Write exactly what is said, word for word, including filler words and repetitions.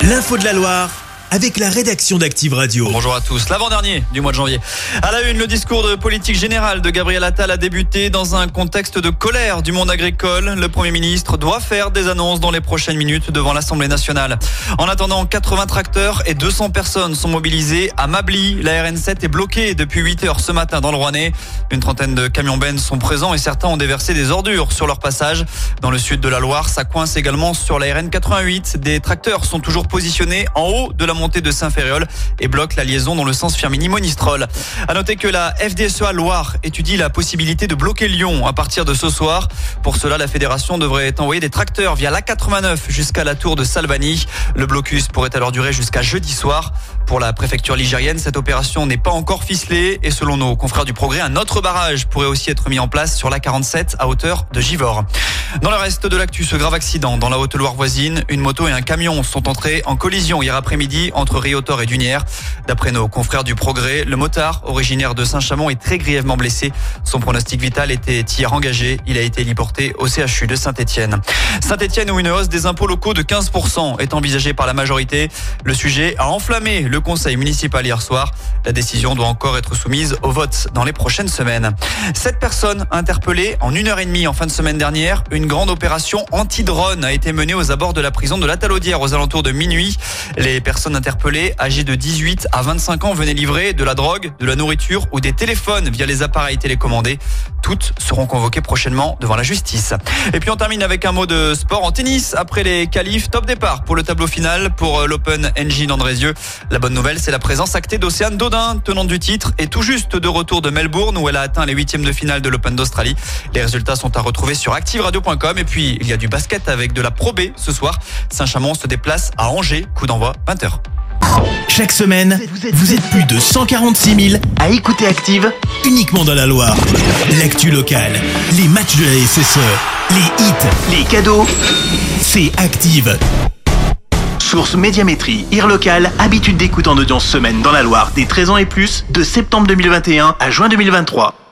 L'info de la Loire avec la rédaction d'Active Radio. Bonjour à tous. L'avant-dernier du mois de janvier. À la une, le discours de politique générale de Gabriel Attal a débuté dans un contexte de colère du monde agricole. Le Premier ministre doit faire des annonces dans les prochaines minutes devant l'Assemblée nationale. En attendant, quatre-vingts tracteurs et deux cents personnes sont mobilisées à Mably. La R N sept est bloquée depuis huit heures ce matin dans le Rouennais. Une trentaine de camions bennes sont présents et certains ont déversé des ordures sur leur passage. Dans le sud de la Loire, ça coince également sur la R N quatre-vingt-huit. Des tracteurs sont toujours positionnés en haut de la montée de Saint-Ferréol et bloque la liaison dans le sens Firminy-Monistrol. À noter que la F D S E A Loire étudie la possibilité de bloquer Lyon à partir de ce soir. Pour cela, la fédération devrait envoyer des tracteurs via l'A quatre-vingt-neuf jusqu'à la tour de Salvani. Le blocus pourrait alors durer jusqu'à jeudi soir. Pour la préfecture ligérienne, cette opération n'est pas encore ficelée et selon nos confrères du Progrès, un autre barrage pourrait aussi être mis en place sur l'A quarante-sept à hauteur de Givors. Dans le reste de l'actu, ce grave accident dans la Haute-Loire voisine, une moto et un camion sont entrés en collision hier après-midi entre Riotor et Dunières. D'après nos confrères du Progrès, le motard, originaire de Saint-Chamond, est très grièvement blessé. Son pronostic vital était hier engagé. Il a été héliporté au C H U de Saint-Étienne. Saint-Étienne, où une hausse des impôts locaux de quinze pour cent est envisagée par la majorité. Le sujet a enflammé le conseil municipal hier soir. La décision doit encore être soumise au vote dans les prochaines semaines. Sept personnes interpellées en une heure et demie en fin de semaine dernière. Une grande opération anti-drone a été menée aux abords de la prison de la Talaudière aux alentours de minuit. Les personnes interpellées, âgées de dix-huit à vingt-cinq ans, venaient livrer de la drogue, de la nourriture ou des téléphones via les appareils télécommandés. Toutes seront convoquées prochainement devant la justice. Et puis on termine avec un mot de sport en tennis. Après les qualifs, top départ pour le tableau final pour l'Open N J d'Andrézieux. La bonne nouvelle, c'est la présence actée d'Océane Dodin, tenante du titre, et tout juste de retour de Melbourne où elle a atteint les huitièmes de finale de l'Open d'Australie. Les résultats sont à retrouver sur active radio point com. Et puis il y a du basket avec de la Pro B ce soir. Saint-Chamond se déplace à Angers, coup d'envoi vingt heures. Chaque semaine, vous êtes plus de cent quarante-six mille à écouter Active uniquement dans la Loire. L'actu locale, les matchs de la S S E, les hits, les cadeaux, c'est Active. Source Médiamétrie, I R local, habitude d'écoute en audience semaine dans la Loire des treize ans et plus, de septembre deux mille vingt et un à juin deux mille vingt-trois.